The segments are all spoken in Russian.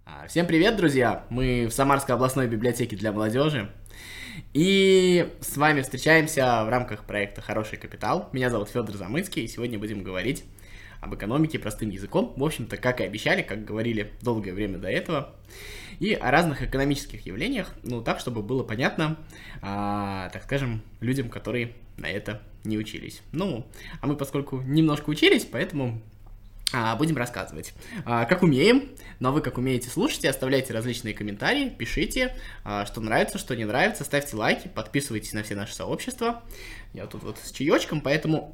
Всем привет, друзья! Мы в Самарской областной библиотеке для молодежи. И с вами встречаемся в рамках проекта «Хороший капитал». Меня зовут Федор Замыцкий, и сегодня будем говорить об экономике простым языком. В общем-то, как и обещали, как говорили долгое время до этого. И о разных экономических явлениях, так, чтобы было понятно, так скажем, людям, которые на это не учились. А мы, поскольку немножко учились, поэтому будем рассказывать. Как умеем, но вы как умеете слушайте, оставляйте различные комментарии, пишите, что нравится, что не нравится, ставьте лайки, подписывайтесь на все наши сообщества. Я тут вот с чаечком, поэтому...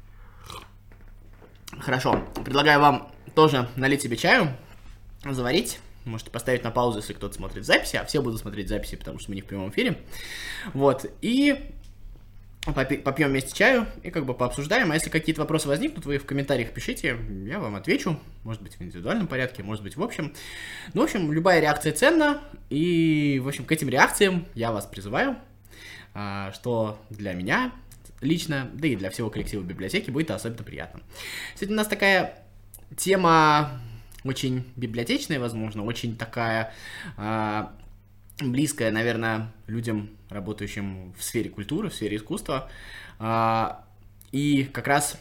Хорошо, предлагаю вам тоже налить себе чаю, заварить. Можете поставить на паузу, если кто-то смотрит записи, а все будут смотреть записи, потому что мы не в прямом эфире. Вот, и... попьем вместе чаю и пообсуждаем. А если какие-то вопросы возникнут, вы в комментариях пишите, я вам отвечу. Может быть, в индивидуальном порядке, может быть, в общем. В общем, любая реакция ценна. И, в общем, к этим реакциям я вас призываю, что для меня лично, да и для всего коллектива библиотеки будет особенно приятно. Сегодня у нас такая тема очень библиотечная, возможно, очень такая... близкая, наверное, людям, работающим в сфере культуры, в сфере искусства. И как раз,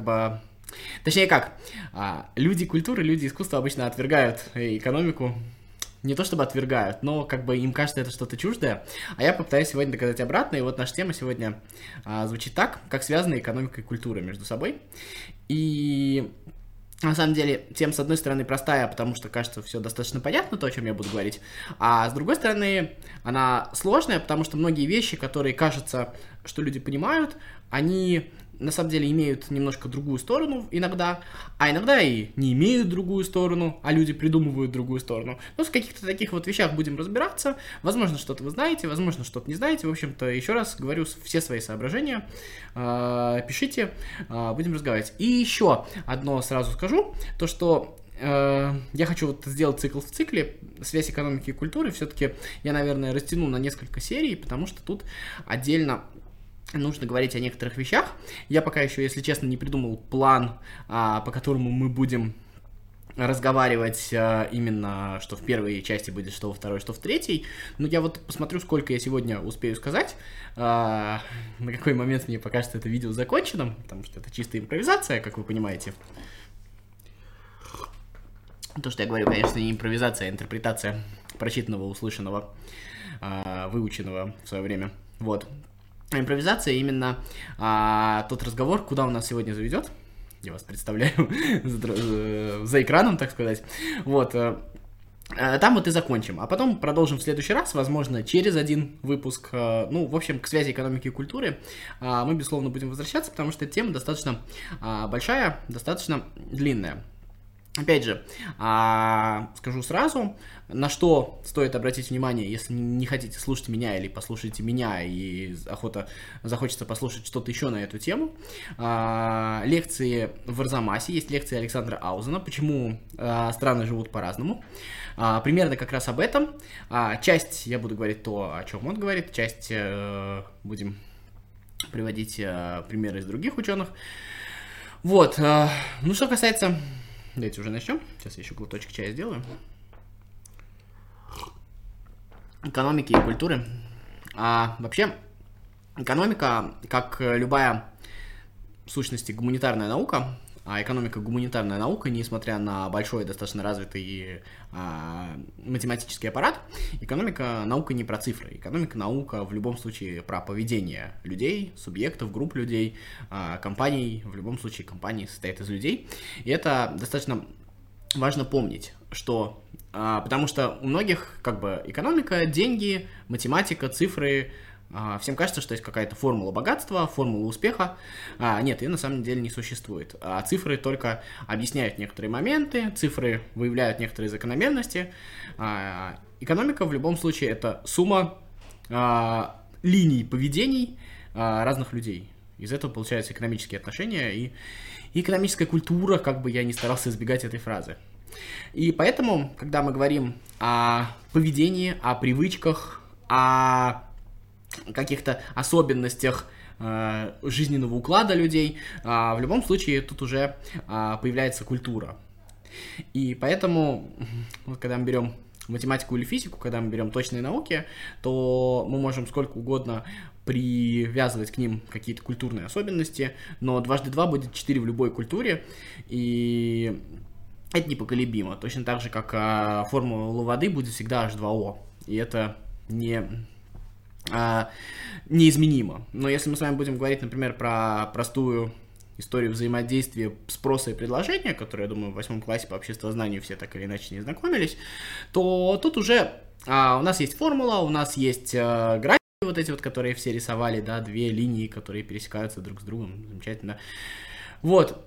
люди культуры, люди искусства обычно отвергают экономику. Не то чтобы отвергают, но им кажется это что-то чуждое. А я попытаюсь сегодня доказать обратно. И вот наша тема сегодня звучит так, как связаны экономика и культура между собой. И... на самом деле, тема, с одной стороны, простая, потому что, кажется, все достаточно понятно, то, о чем я буду говорить, а с другой стороны, она сложная, потому что многие вещи, которые кажется, что люди понимают, они на самом деле имеют немножко другую сторону иногда, а иногда и не имеют другую сторону, а люди придумывают другую сторону. Но в каких-то таких вот вещах будем разбираться. Возможно, что-то вы знаете, возможно, что-то не знаете. В общем-то, еще раз говорю все свои соображения. Пишите, будем разговаривать. И еще одно сразу скажу, то что я хочу сделать цикл в цикле, связь экономики и культуры. Все-таки я, наверное, растяну на несколько серий, потому что тут отдельно нужно говорить о некоторых вещах. Я пока еще, если честно, не придумал план, по которому мы будем разговаривать именно, что в первой части будет, что во второй, что в третьей. Но я вот посмотрю, сколько я сегодня успею сказать, на какой момент мне покажется это видео законченным, потому что это чистая импровизация, как вы понимаете. То, что я говорю, конечно, не импровизация, а интерпретация прочитанного, услышанного, выученного в свое время. Вот. Импровизация именно тот разговор, куда он нас сегодня заведет. Я вас представляю за экраном, так сказать. Вот. Там вот и закончим. А потом продолжим в следующий раз, возможно, через один выпуск. В общем, к связи экономики и культуры мы, безусловно, будем возвращаться, потому что эта тема достаточно большая, достаточно длинная. Опять же, скажу сразу, на что стоит обратить внимание, если не хотите слушать меня или послушайте меня и захочется послушать что-то еще на эту тему. Лекции в Арзамасе, есть лекции Александра Аузена, почему страны живут по-разному. Примерно как раз об этом. Часть я буду говорить то, о чем он говорит, часть будем приводить примеры из других ученых. Вот, что касается... Давайте уже начнем. Сейчас я еще глоточек чая сделаю. Экономики и культуры. Вообще, экономика, как любая в сущности гуманитарная наука, а экономика гуманитарная наука, несмотря на большой, достаточно развитый математический аппарат, экономика наука не про цифры. Экономика наука в любом случае про поведение людей, субъектов, групп людей, компаний. В любом случае компании состоят из людей. И это достаточно важно помнить, что потому что у многих экономика, деньги, математика, цифры. Всем кажется, что есть какая-то формула богатства, формула успеха. Нет, ее на самом деле не существует. Цифры только объясняют некоторые моменты, цифры выявляют некоторые закономерности. Экономика в любом случае это сумма линий поведений разных людей. Из этого получаются экономические отношения и экономическая культура, как бы я ни старался избегать этой фразы. И поэтому, когда мы говорим о поведении, о привычках, о каких-то особенностях жизненного уклада людей, в любом случае тут уже появляется культура. И поэтому, вот когда мы берем математику или физику, когда мы берем точные науки, то мы можем сколько угодно привязывать к ним какие-то культурные особенности, но дважды два будет 4 в любой культуре, и это непоколебимо. Точно так же, как формула воды будет всегда H2O, и это неизменимо. Но если мы с вами будем говорить, например, про простую историю взаимодействия спроса и предложения, которую, я думаю, в 8 классе по обществознанию все так или иначе не знакомились, то тут уже у нас есть формула, у нас есть графики вот эти вот, которые все рисовали, да, две линии, которые пересекаются друг с другом, замечательно. Вот.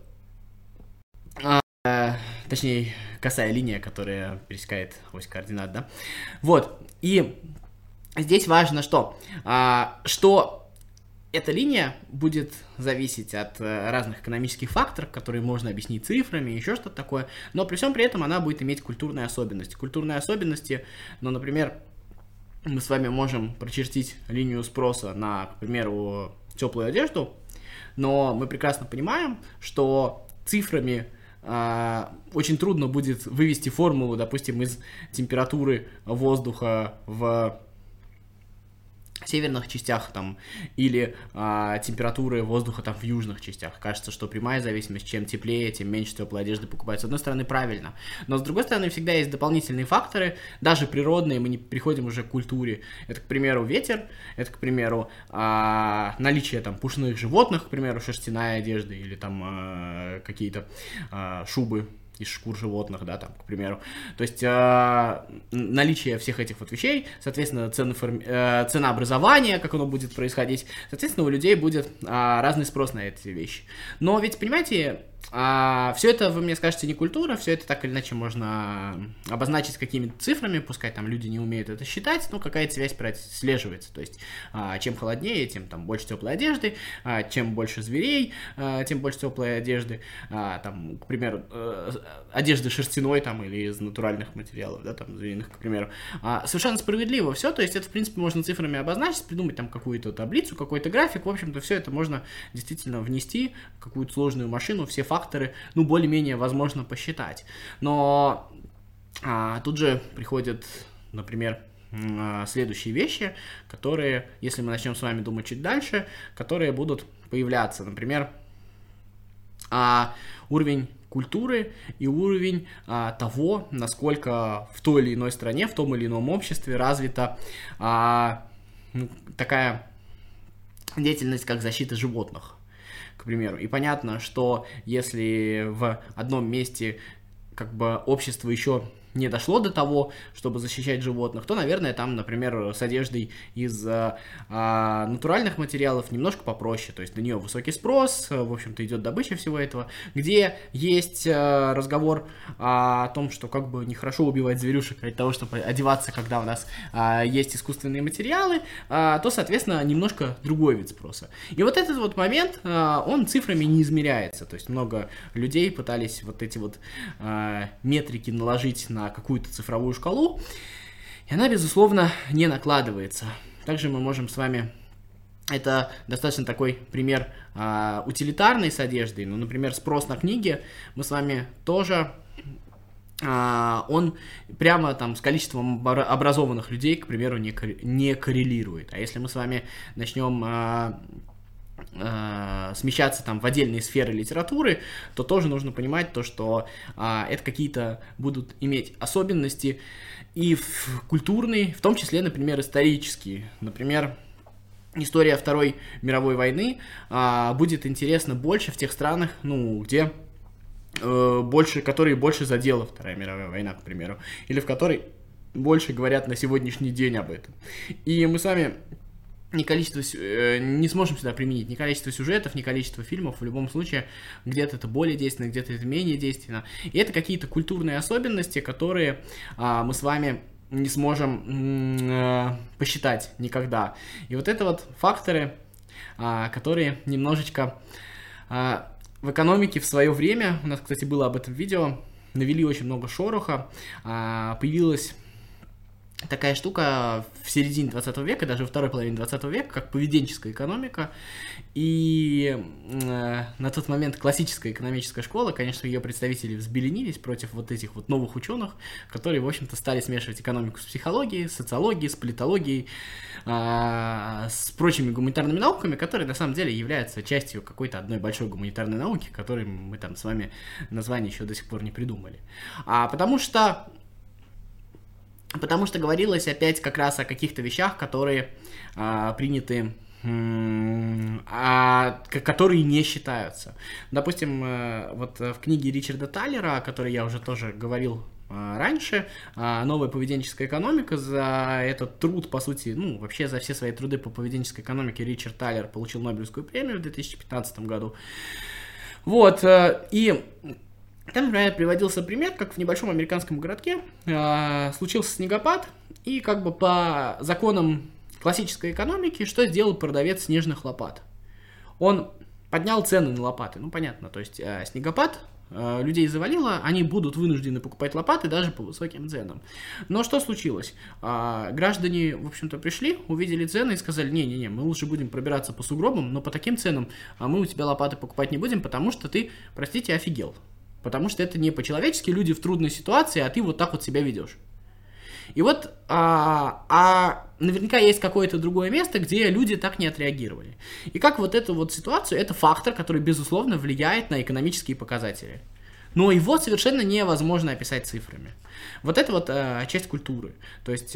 Точнее, косая линия, которая пересекает ось координат, да. Вот. И здесь важно что? Что эта линия будет зависеть от разных экономических факторов, которые можно объяснить цифрами, еще что-то такое, но при всем при этом она будет иметь культурные особенности. Культурные особенности, ну, например, мы с вами можем прочертить линию спроса на, к примеру, теплую одежду, но мы прекрасно понимаем, что цифрами очень трудно будет вывести формулу, допустим, из температуры воздуха в северных частях там, или температуры воздуха там в южных частях. Кажется, что прямая зависимость, чем теплее, тем меньше теплой одежды покупать. С одной стороны, правильно, но с другой стороны, всегда есть дополнительные факторы, даже природные, мы не приходим уже к культуре. Это, к примеру, ветер, это, к примеру, наличие там пушных животных, к примеру, шерстяная одежда или там какие-то шубы из шкур животных, да, там, к примеру. То есть наличие всех этих вот вещей, соответственно, ценообразование, как оно будет происходить, соответственно, у людей будет разный спрос на эти вещи. Но ведь, понимаете, все это, вы мне скажете, не культура, все это так или иначе можно обозначить какими-то цифрами, пускай там люди не умеют это считать, но какая-то связь прослеживается. То есть, чем холоднее, тем там больше теплой одежды, чем больше зверей, тем больше теплой одежды, там, к примеру, одежды шерстяной там или из натуральных материалов, да, там, звериных, к примеру. Совершенно справедливо все, то есть это, в принципе, можно цифрами обозначить, придумать там какую-то таблицу, какой-то график, в общем-то, все это можно действительно внести в какую-то сложную машину, все факторы, ну, более-менее возможно посчитать. Но тут же приходят, например, следующие вещи, которые, если мы начнем с вами думать чуть дальше, которые будут появляться. Например, уровень культуры и уровень того, насколько в той или иной стране, в том или ином обществе развита такая деятельность, как защита животных, к примеру. И понятно, что если в одном месте как бы общество еще не дошло до того, чтобы защищать животных, то, наверное, там, например, с одеждой из натуральных материалов немножко попроще, то есть на нее высокий спрос, в общем-то, идет добыча всего этого, где есть разговор о том, что как бы нехорошо убивать зверюшек ради того, чтобы одеваться, когда у нас есть искусственные материалы, то, соответственно, немножко другой вид спроса. И вот этот вот момент, он цифрами не измеряется, то есть много людей пытались вот эти вот метрики наложить на какую-то цифровую шкалу, и она, безусловно, не накладывается. Также мы можем с вами... Это достаточно такой пример утилитарный с одеждой. Ну, например, спрос на книги мы с вами тоже... он прямо там с количеством образованных людей, к примеру, не коррелирует. А если мы с вами начнем... смещаться там в отдельные сферы литературы, то тоже нужно понимать то, что это какие-то будут иметь особенности и культурные, в том числе, например, исторические. Например, история Второй мировой войны будет интересна больше в тех странах, ну, где которые больше задела Вторая мировая война, к примеру, или в которой больше говорят на сегодняшний день об этом. И мы с вами не сможем сюда применить ни количество сюжетов, ни количество фильмов. В любом случае, где-то это более действенно, где-то это менее действенно. И это какие-то культурные особенности, которые мы с вами не сможем посчитать никогда. И вот это вот факторы, которые немножечко в экономике в свое время, у нас, кстати, было об этом видео, навели очень много шороха, появилась такая штука в середине 20 века, даже во второй половине 20 века, как поведенческая экономика. И на тот момент классическая экономическая школа, конечно, ее представители взбеленились против вот этих вот новых ученых, которые, в общем-то, стали смешивать экономику с психологией, с социологией, с политологией, с прочими гуманитарными науками, которые на самом деле являются частью какой-то одной большой гуманитарной науки, которой мы там с вами название еще до сих пор не придумали. Потому что говорилось опять как раз о каких-то вещах, которые приняты, которые не считаются. Допустим, вот в книге Ричарда Таллера, о которой я уже тоже говорил раньше, «Новая поведенческая экономика», за этот труд, по сути, вообще за все свои труды по поведенческой экономике Ричард Таллер получил Нобелевскую премию в 2015 году. Вот, и там, например, приводился пример, как в небольшом американском городке случился снегопад, и как бы по законам классической экономики что сделал продавец снежных лопат? Он поднял цены на лопаты. Понятно, то есть снегопад людей завалило, они будут вынуждены покупать лопаты даже по высоким ценам. Но что случилось? Граждане, в общем-то, пришли, увидели цены и сказали: не-не-не, мы лучше будем пробираться по сугробам, но по таким ценам мы у тебя лопаты покупать не будем, потому что ты, простите, офигел. Потому что это не по-человечески, люди в трудной ситуации, а ты вот так вот себя ведешь. И вот наверняка есть какое-то другое место, где люди так не отреагировали. И как вот эту вот ситуацию, это фактор, который, безусловно, влияет на экономические показатели. Но его совершенно невозможно описать цифрами. Вот это вот часть культуры. То есть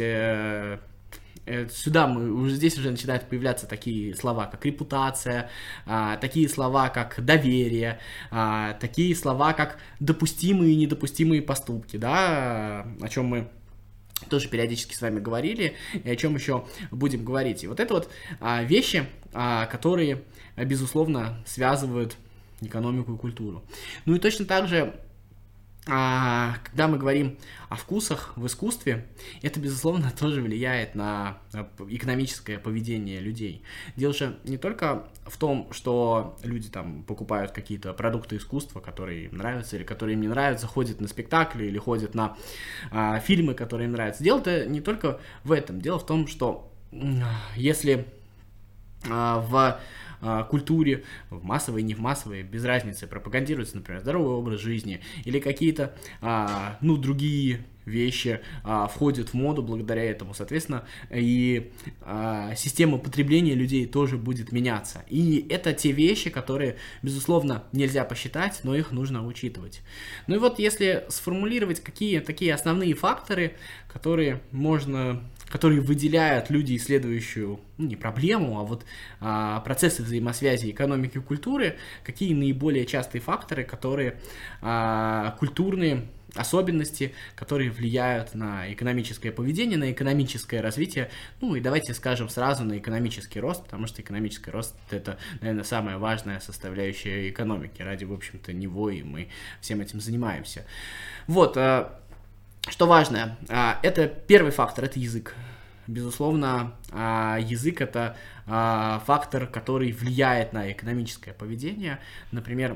сюда здесь уже начинают появляться такие слова, как репутация, такие слова, как доверие, такие слова, как допустимые и недопустимые поступки, да, о чем мы тоже периодически с вами говорили, и о чем еще будем говорить. И вот это вот вещи, которые, безусловно, связывают экономику и культуру. И точно так же, когда мы говорим о вкусах в искусстве, это, безусловно, тоже влияет на экономическое поведение людей. Дело же не только в том, что люди там покупают какие-то продукты искусства, которые им нравятся или которые им не нравятся, ходят на спектакли или ходят на фильмы, которые им нравятся. Дело-то не только в этом. Дело в том, что если в культуре, в массовой и не в массовой, без разницы, пропагандируется, например, здоровый образ жизни или какие-то, другие вещи входят в моду благодаря этому, соответственно, и система потребления людей тоже будет меняться. И это те вещи, которые, безусловно, нельзя посчитать, но их нужно учитывать. И вот если сформулировать, какие такие основные факторы, которые выделяют люди, исследующую, не проблему, а вот процессы взаимосвязи экономики и культуры, какие наиболее частые факторы, которые культурные особенности, которые влияют на экономическое поведение, на экономическое развитие, и давайте скажем сразу на экономический рост, потому что экономический рост — это, наверное, самая важная составляющая экономики, ради, в общем-то, него и мы всем этим занимаемся. Вот, что важно, это первый фактор, это язык. Безусловно, язык — это фактор, который влияет на экономическое поведение. Например,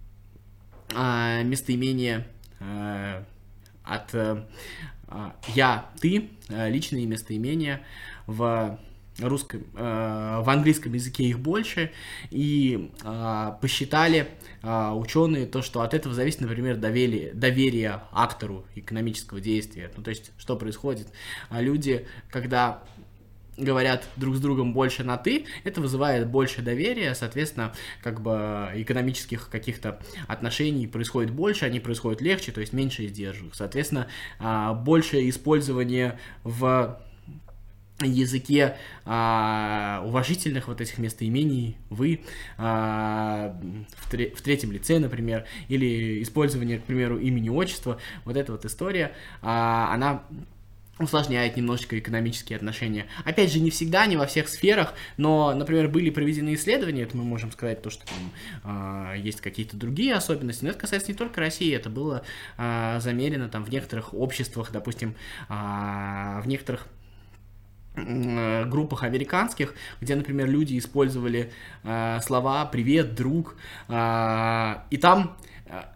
местоимение от «я», «ты», личные местоимения в английском языке их больше, и посчитали ученые то, что от этого зависит, например, доверие актору экономического действия. То есть, что происходит? Люди, когда говорят друг с другом больше на «ты», это вызывает больше доверия, соответственно, экономических каких-то отношений происходит больше, они происходят легче, то есть меньше издержек. Соответственно, большее использование в языке уважительных вот этих местоимений «вы», в третьем лице, например, или использование, к примеру, имени, отчества, вот эта вот история, она усложняет немножечко экономические отношения. Опять же, не всегда, не во всех сферах, но, например, были проведены исследования, это мы можем сказать, то, что там есть какие-то другие особенности, но это касается не только России, это было замерено там в некоторых обществах, допустим, в некоторых группах американских, где, например, люди использовали слова «привет, друг», и там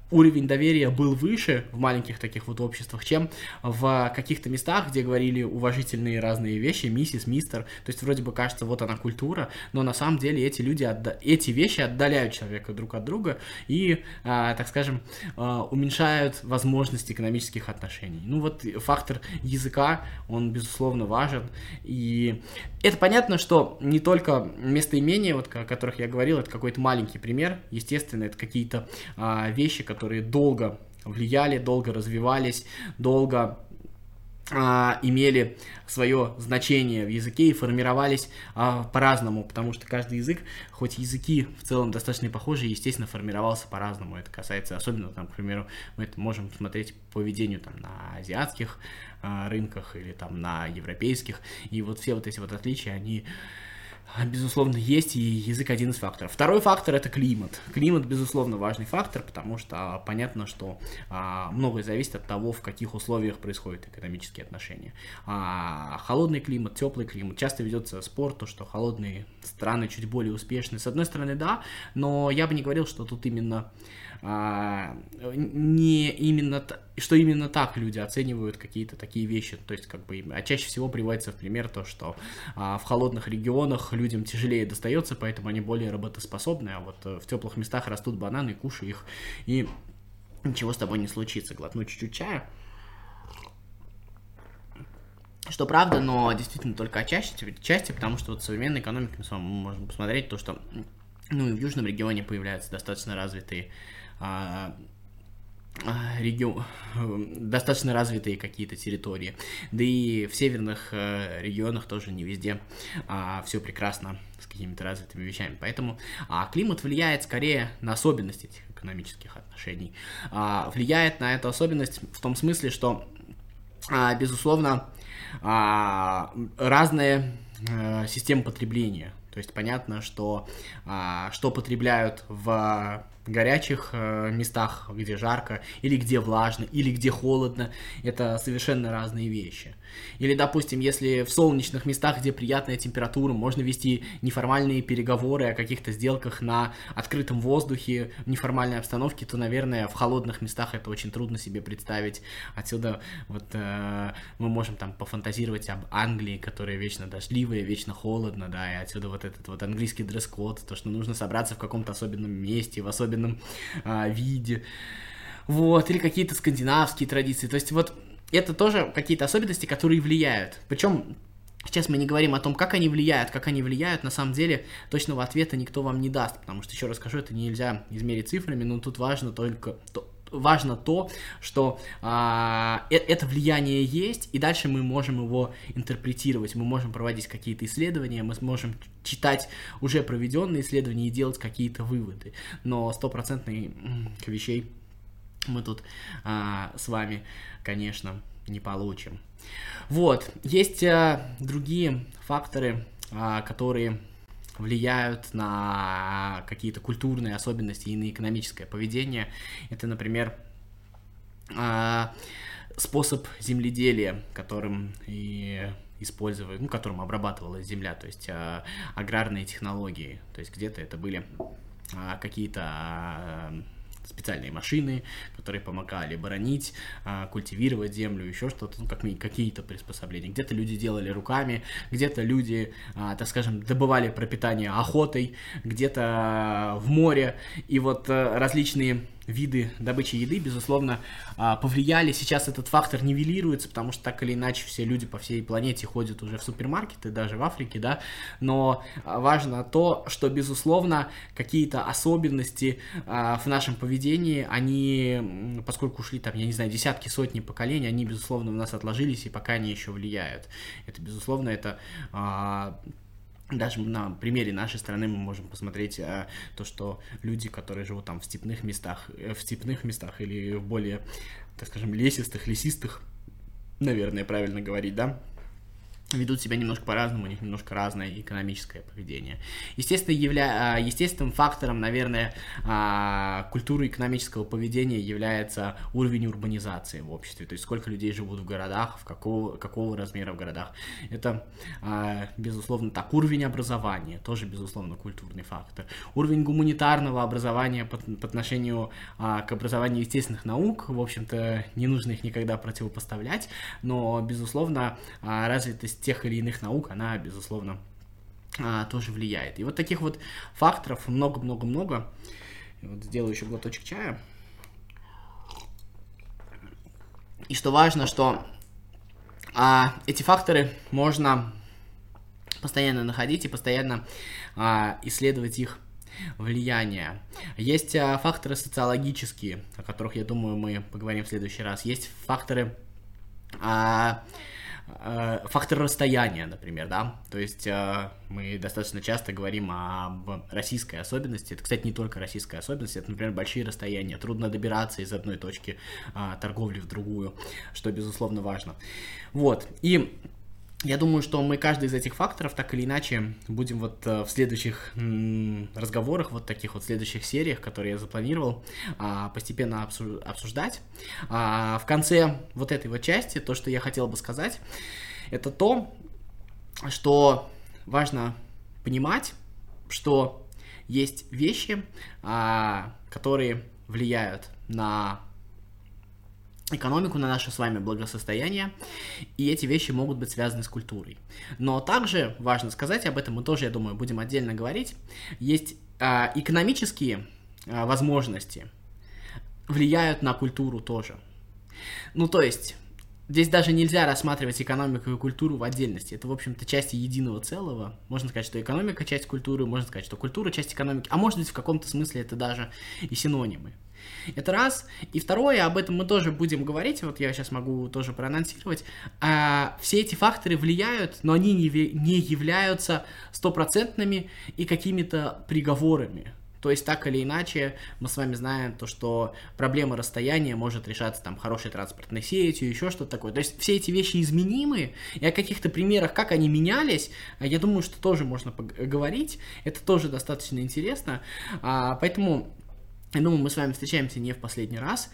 уровень доверия был выше в маленьких таких вот обществах, чем в каких-то местах, где говорили уважительные разные вещи, миссис, мистер, то есть вроде бы кажется, вот она культура, но на самом деле эти люди, эти вещи отдаляют человека друг от друга и, так скажем, уменьшают возможности экономических отношений. Ну вот фактор языка, он безусловно важен, и это понятно, что не только местоимения, вот, о которых я говорил, это какой-то маленький пример, естественно, это какие-то вещи, которые долго влияли, долго развивались, долго имели свое значение в языке и формировались по-разному, потому что каждый язык, хоть языки в целом достаточно похожи, естественно, формировался по-разному. Это касается особенно, там, к примеру, мы это можем смотреть по поведению там, на азиатских рынках или там на европейских, и вот все вот эти вот отличия, они безусловно, есть, и язык один из факторов. Второй фактор – это климат. Климат, безусловно, важный фактор, потому что понятно, что многое зависит от того, в каких условиях происходят экономические отношения. Холодный климат, теплый климат. Часто ведется спор, то, что холодные страны чуть более успешны. С одной стороны, да, но я бы не говорил, что тут именно что именно так люди оценивают какие-то такие вещи, то есть как бы, чаще всего приводится в пример то, что в холодных регионах людям тяжелее достается, поэтому они более работоспособны, а вот в теплых местах растут бананы, кушай их, и ничего с тобой не случится. Глотну чуть-чуть чая. Что правда, но действительно только отчасти, потому что вот в современной экономике мы с вами можем посмотреть то, что и в южном регионе появляются достаточно развитые достаточно развитые какие-то территории. Да и в северных регионах тоже не везде все прекрасно с какими-то развитыми вещами. Поэтому климат влияет скорее на особенности этих экономических отношений. Влияет на эту особенность в том смысле, что, безусловно, разные системы потребления. То есть понятно, что потребляют в горячих местах, где жарко, или где влажно, или где холодно, это совершенно разные вещи. Или, допустим, если в солнечных местах, где приятная температура, можно вести неформальные переговоры о каких-то сделках на открытом воздухе, в неформальной обстановке, то, наверное, в холодных местах это очень трудно себе представить. Отсюда вот мы можем там пофантазировать об Англии, которая вечно дождливая, вечно холодно, да, и отсюда вот этот вот английский дресс-код, то, что нужно собраться в каком-то особенном месте, в особенном виде, вот, или какие-то скандинавские традиции, то есть вот это тоже какие-то особенности, которые влияют, причем сейчас мы не говорим о том, как они влияют, на самом деле точного ответа никто вам не даст, потому что, еще раз скажу, это нельзя измерить цифрами, но тут важно то, что это влияние есть, и дальше мы можем его интерпретировать, мы можем проводить какие-то исследования, мы сможем читать уже проведенные исследования и делать какие-то выводы, но стопроцентных вещей мы тут с вами, конечно, не получим. Вот, есть другие факторы, которые влияют на какие-то культурные особенности и на экономическое поведение. Это, например, способ земледелия, которым которым обрабатывалась земля, то есть аграрные технологии. То есть где-то это были какие-то специальные машины, которые помогали боронить, культивировать землю, еще что-то, какие-то приспособления. Где-то люди делали руками, где-то люди, так скажем, добывали пропитание охотой, где-то в море. И вот различные виды добычи еды, безусловно, повлияли. Сейчас этот фактор нивелируется, потому что так или иначе все люди по всей планете ходят уже в супермаркеты, даже в Африке, да, но важно то, что, безусловно, какие-то особенности в нашем поведении, они, поскольку ушли там, я не знаю, десятки, сотни поколений, они, безусловно, в нас отложились, и пока они еще влияют. Это, безусловно, это... Даже на примере нашей страны мы можем посмотреть то, что люди, которые живут там в степных местах или в более, так скажем, лесистых, наверное, правильно говорить, да, ведут себя немножко по-разному, у них немножко разное экономическое поведение. Естественно, естественным фактором, наверное, культуры экономического поведения является уровень урбанизации в обществе, то есть сколько людей живут в городах, какого размера в городах. Это, безусловно, так. Уровень образования тоже, безусловно, культурный фактор. Уровень гуманитарного образования по отношению к образованию естественных наук, в общем-то, не нужно их никогда противопоставлять, но, безусловно, развитость тех или иных наук, она, безусловно, тоже влияет. И вот таких вот факторов много-много-много. Вот сделаю еще глоточек чая. И что важно, что эти факторы можно постоянно находить и постоянно исследовать их влияние. Есть факторы социологические, о которых, я думаю, мы поговорим в следующий раз. Есть факторы фактор расстояния, например, да, то есть мы достаточно часто говорим об российской особенности, это, кстати, не только российская особенность, это, например, большие расстояния, трудно добираться из одной точки торговли в другую, что, безусловно, важно. Вот, и я думаю, что мы каждый из этих факторов так или иначе будем вот в следующих разговорах, вот таких вот следующих сериях, которые я запланировал, постепенно обсуждать. В конце вот этой вот части, то, что я хотел бы сказать, это то, что важно понимать, что есть вещи, которые влияют на экономику, на наше с вами благосостояние, и эти вещи могут быть связаны с культурой. Но также важно сказать, об этом мы тоже, я думаю, будем отдельно говорить, есть экономические возможности влияют на культуру тоже. Ну, то есть, здесь даже нельзя рассматривать экономику и культуру в отдельности. Это, в общем-то, части единого целого. Можно сказать, что экономика — часть культуры, можно сказать, что культура — часть экономики, а может быть, в каком-то смысле это даже и синонимы. Это раз. И второе, об этом мы тоже будем говорить, вот я сейчас могу тоже проанонсировать. Все эти факторы влияют, но они не являются стопроцентными и какими-то приговорами. То есть, так или иначе, мы с вами знаем то, что проблема расстояния может решаться там хорошей транспортной сетью, еще что-то такое. То есть, все эти вещи изменимы, и о каких-то примерах, как они менялись, я думаю, что тоже можно поговорить. Это тоже достаточно интересно. Поэтому я думаю, мы с вами встречаемся не в последний раз,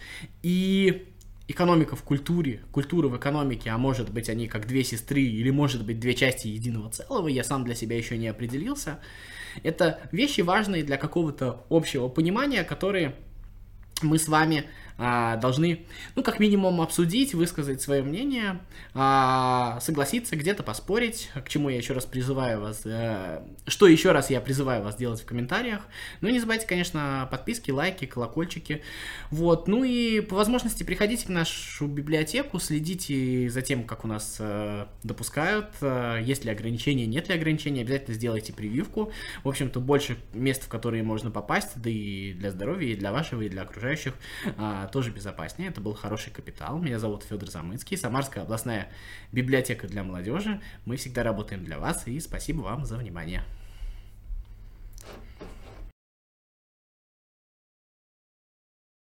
и экономика в культуре, культура в экономике, а может быть они как две сестры, или может быть две части единого целого, я сам для себя еще не определился. Это вещи важные для какого-то общего понимания, которые мы с вами должны, ну, как минимум, обсудить, высказать свое мнение, согласиться, где-то поспорить, к чему я еще раз призываю вас, что еще раз я призываю вас делать в комментариях. Ну, не забывайте, конечно, подписки, лайки, колокольчики. Вот, ну и по возможности приходите в нашу библиотеку, следите за тем, как у нас допускают, есть ли ограничения, нет ли ограничений, обязательно сделайте прививку. В общем-то, больше мест, в которые можно попасть, да и для здоровья, и для вашего, и для окружающих, тоже безопаснее. Это был «Хороший капитал». Меня зовут Федор Замыцкий, Самарская областная библиотека для молодежи. Мы всегда работаем для вас, и спасибо вам за внимание.